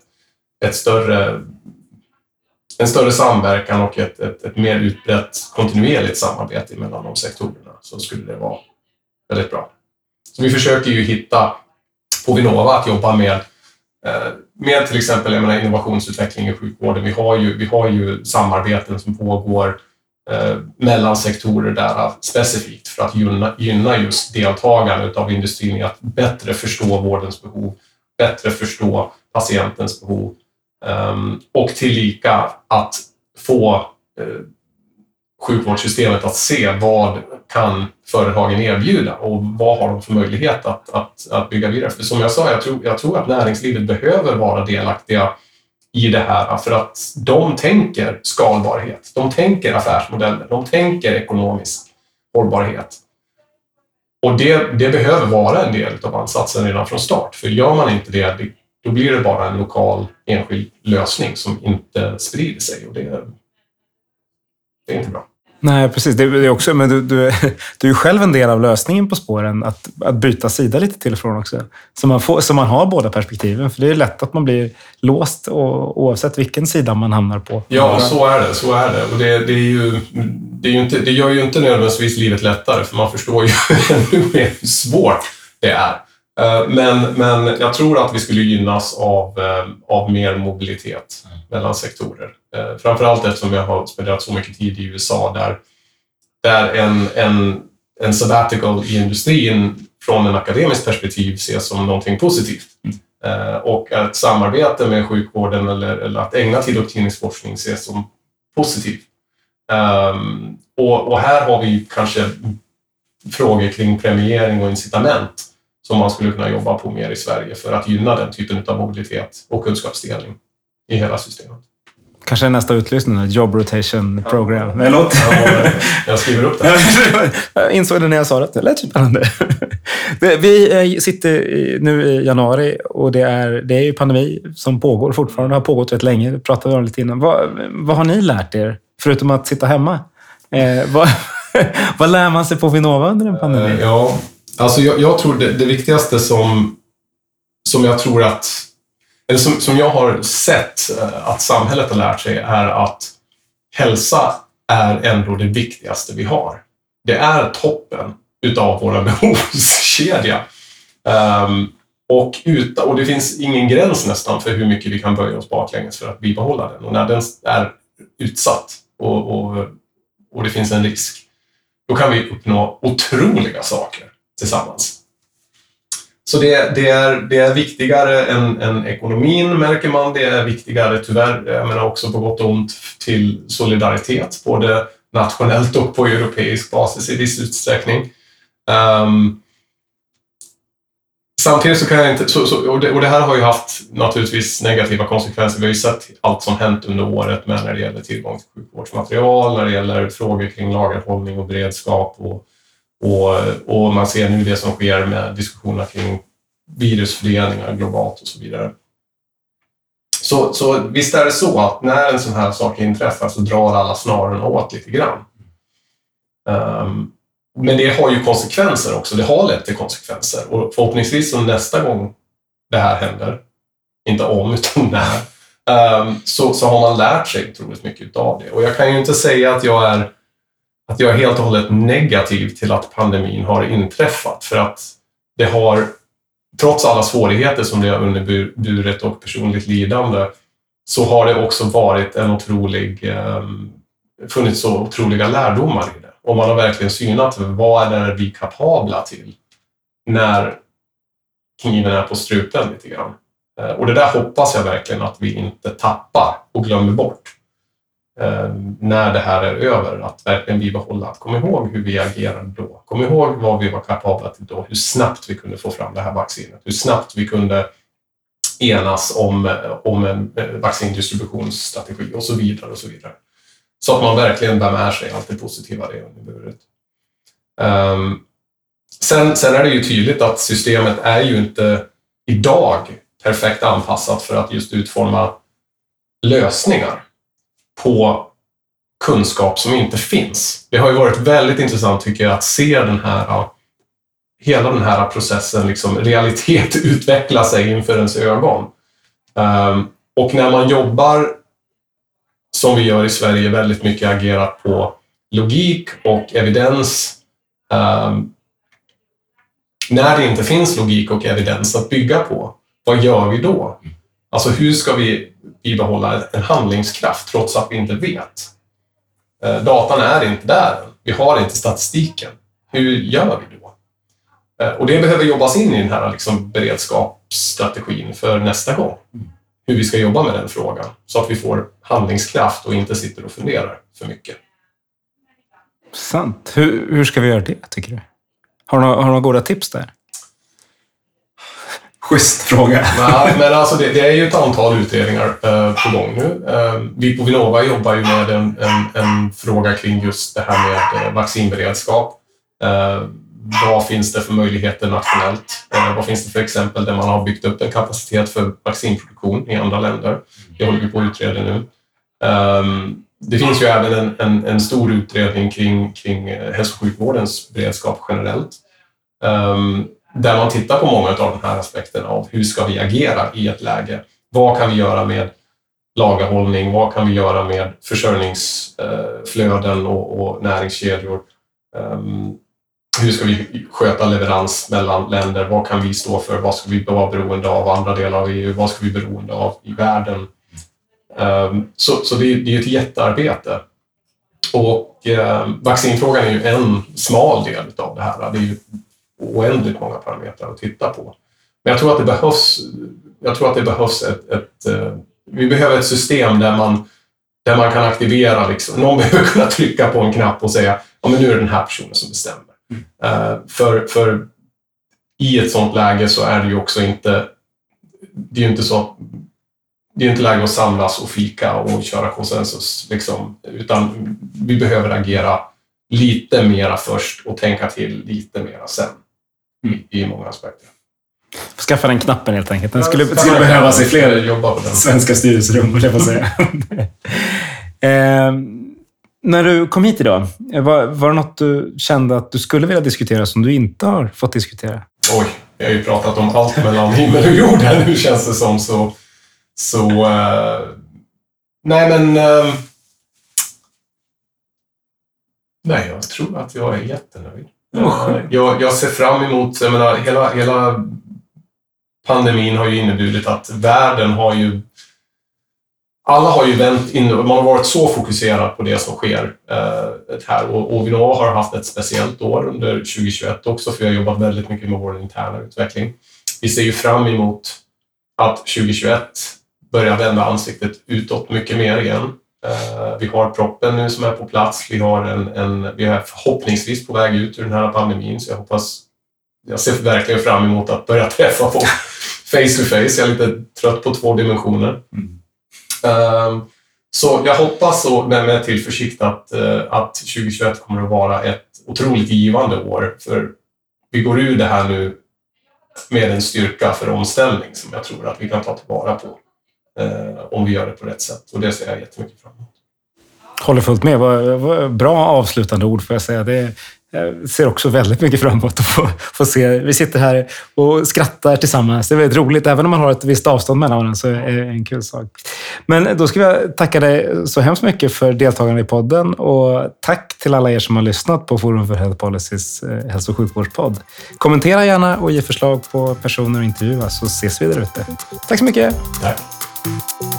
en större samverkan och ett mer utbrett kontinuerligt samarbete mellan de sektorerna, så skulle det vara väldigt bra. Så vi försöker ju hitta på Vinnova att jobba med till exempel innovationsutveckling i sjukvården. Vi har ju samarbeten som pågår mellan sektorer där specifikt för att gynna just deltagandet av industrin i att bättre förstå vårdens behov, bättre förstå patientens behov, och tillika att få sjukvårdssystemet att se vad kan företagen erbjuda och vad har de för möjlighet att bygga vidare. För som jag sa, jag tror att näringslivet behöver vara delaktiga i det här, för att de tänker skalbarhet, de tänker affärsmodeller, de tänker ekonomisk hållbarhet. Och det behöver vara en del av ansatsen redan från start, för gör man inte det, då blir det bara en lokal enskild lösning som inte sprider sig, och det är inte bra. Nej, precis. Det är också, men du är ju själv en del av lösningen på spåren, att byta sida lite till och från också. Så man har båda perspektiven, för det är lätt att man blir låst oavsett vilken sida man hamnar på. Ja, så är det. Och det gör ju inte nödvändigtvis livet lättare, för man förstår ju hur svårt det är. Men jag tror att vi skulle gynnas av mer mobilitet mellan sektorer. Framförallt eftersom vi har spenderat så mycket tid i USA där en sabbatical i industrin från en akademisk perspektiv ses som någonting positivt. Och ett samarbete med sjukvården eller att ägna tid åt klinisk forskning ses som positivt. Och här har vi kanske frågor kring premiering och incitament som man skulle kunna jobba på mer i Sverige för att gynna den typen av mobilitet och kunskapsdelning i hela systemet. Kanske nästa utlysning, Job Rotation Program. Jag skriver upp det. Jag insåg det när jag sa det. Det lät spännande. Vi sitter nu i januari och det är ju pandemi som pågår fortfarande. Har pågått rätt länge. Det pratade vi om lite innan. Vad har ni lärt er? Förutom att sitta hemma. Vad lär man sig på Vinnova under en pandemi? Ja, alltså jag tror det viktigaste som jag tror att, eller som jag har sett att samhället har lärt sig, är att hälsa är ändå det viktigaste vi har. Det är toppen utav våra behovskedja. Och det finns ingen gräns nästan för hur mycket vi kan böja oss baklänges för att bibehålla den. Och när den är utsatt och det finns en risk, då kan vi uppnå otroliga saker tillsammans. Så det är viktigare än ekonomin, märker man. Det är viktigare, tyvärr, jag menar också på gott och ont, till solidaritet, både nationellt och på europeisk basis i viss utsträckning. Samtidigt så kan jag inte, och det här har ju haft naturligtvis negativa konsekvenser. Vi har ju sett allt som hänt under året med när det gäller tillgång till sjukvårdsmaterial, när det gäller frågor kring lagerhållning och beredskap, och man ser nu det som sker med diskussioner kring virusfördelningar globalt och så vidare. Så visst är det så att när en sån här sak inträffar så drar alla snaren åt lite grann. Men det har ju konsekvenser också. Det har lett till konsekvenser. Och förhoppningsvis som nästa gång det här händer, inte om utan när, så har man lärt sig otroligt mycket av det. Och jag kan ju inte säga att jag är helt och hållet negativ till att pandemin har inträffat. För att det har, trots alla svårigheter som det har underburit och personligt lidande, så har det också varit en otrolig funnits så otroliga lärdomar i det. Och man har verkligen synat vad är vi kapabla till när kniven är på strupen lite grann. Och det där hoppas jag verkligen att vi inte tappar och glömmer bort när det här är över. Att verkligen bibehålla, att komma ihåg hur vi agerade då. Kom ihåg vad vi var kapabla till då. Hur snabbt vi kunde få fram det här vaccinet. Hur snabbt vi kunde enas om en vaccindistributionsstrategi och så vidare och så vidare. Så att man verkligen bär med sig allt det positiva det inneburit. Sen är det ju tydligt att systemet är ju inte idag perfekt anpassat för att just utforma lösningar på kunskap som inte finns. Det har ju varit väldigt intressant tycker jag att se hela den här processen, liksom realitet utveckla sig inför ens ögon. Och när man jobbar som vi gör i Sverige väldigt mycket agerat på logik och evidens. När det inte finns logik och evidens att bygga på, vad gör vi då? Alltså hur ska vi bibehålla en handlingskraft trots att vi inte vet? Datan är inte där. Vi har inte statistiken. Hur gör vi då? Och det behöver jobbas in i den här liksom beredskapsstrategin för nästa gång. Hur vi ska jobba med den frågan. Så att vi får handlingskraft och inte sitter och funderar för mycket. Sant. Hur ska vi göra det, tycker du? Har du några goda tips där? Schysst fråga. Nej, men alltså det är ju ett antal utredningar på gång nu. Vi på Vinnova jobbar ju med en fråga kring just det här med vaccinberedskap. Vad finns det för möjligheter nationellt? Vad finns det för exempel där man har byggt upp en kapacitet för vaccinproduktion i andra länder? Det håller vi på att utreda nu. Det finns ju även en stor utredning kring hälso- och sjukvårdens beredskap generellt. Där man tittar på många av de här aspekterna av hur ska vi agera i ett läge. Vad kan vi göra med lagerhållning? Vad kan vi göra med försörjningsflöden och näringskedjor? Hur ska vi sköta leverans mellan länder? Vad kan vi stå för? Vad ska vi vara beroende av andra delar av EU? Vad ska vi vara beroende av i världen? Så det är ett jättearbete. Och vaccinfrågan är ju en smal del av det här. Det är ju oändligt många parametrar att titta på. Men jag tror att det behövs vi behöver ett system där man kan aktivera liksom. Någon behöver kunna trycka på en knapp och säga ja, men nu är det den här personen som bestämmer. För i ett sånt läge så är det ju också inte det är inte läge att samlas och fika och köra konsensus liksom, utan vi behöver agera lite mera först och tänka till lite mera sen i många aspekter. Skaffa den knappen helt enkelt. Den skulle behövas i fler svenska styrelserum, jag får säga. När du kom hit idag, var det något du kände att du skulle vilja diskutera som du inte har fått diskutera? Oj, jag har ju pratat om allt mellan himmel och jord här nu, känns det som. Nej, jag tror att jag är jättenöjd. Jag ser fram emot, jag menar, hela pandemin har ju inneburit att världen alla har ju vänt in, man har varit så fokuserad på det som sker här, och Vinnova har haft ett speciellt år under 2021 också, för vi har jobbat väldigt mycket med vår interna utveckling. Vi ser ju fram emot att 2021 börjar vända ansiktet utåt mycket mer igen. Vi har proppen nu som är på plats. Vi är förhoppningsvis på väg ut ur den här pandemin, så jag ser verkligen fram emot att börja träffa folk face to face. Jag är lite trött på 2 dimensioner. Så jag hoppas med tillförsikt att 2021 kommer att vara ett otroligt givande år, för vi går ur det här nu med en styrka för omställning som jag tror att vi kan ta tillvara på om vi gör det på rätt sätt, och det ser jag jättemycket fram emot. Håller fullt med. Vad bra avslutande ord, får jag säga. Jag ser också väldigt mycket fram emot att få se. Vi sitter här och skrattar tillsammans. Det är väldigt roligt. Även om man har ett visst avstånd mellan varandra så är det en kul sak. Men då ska jag tacka dig så hemskt mycket för deltagande i podden. Och tack till alla er som har lyssnat på Forum för Health Policys hälso- och sjukvårdspodd. Kommentera gärna och ge förslag på personer att intervjua, så ses vi där ute. Tack så mycket. Tack.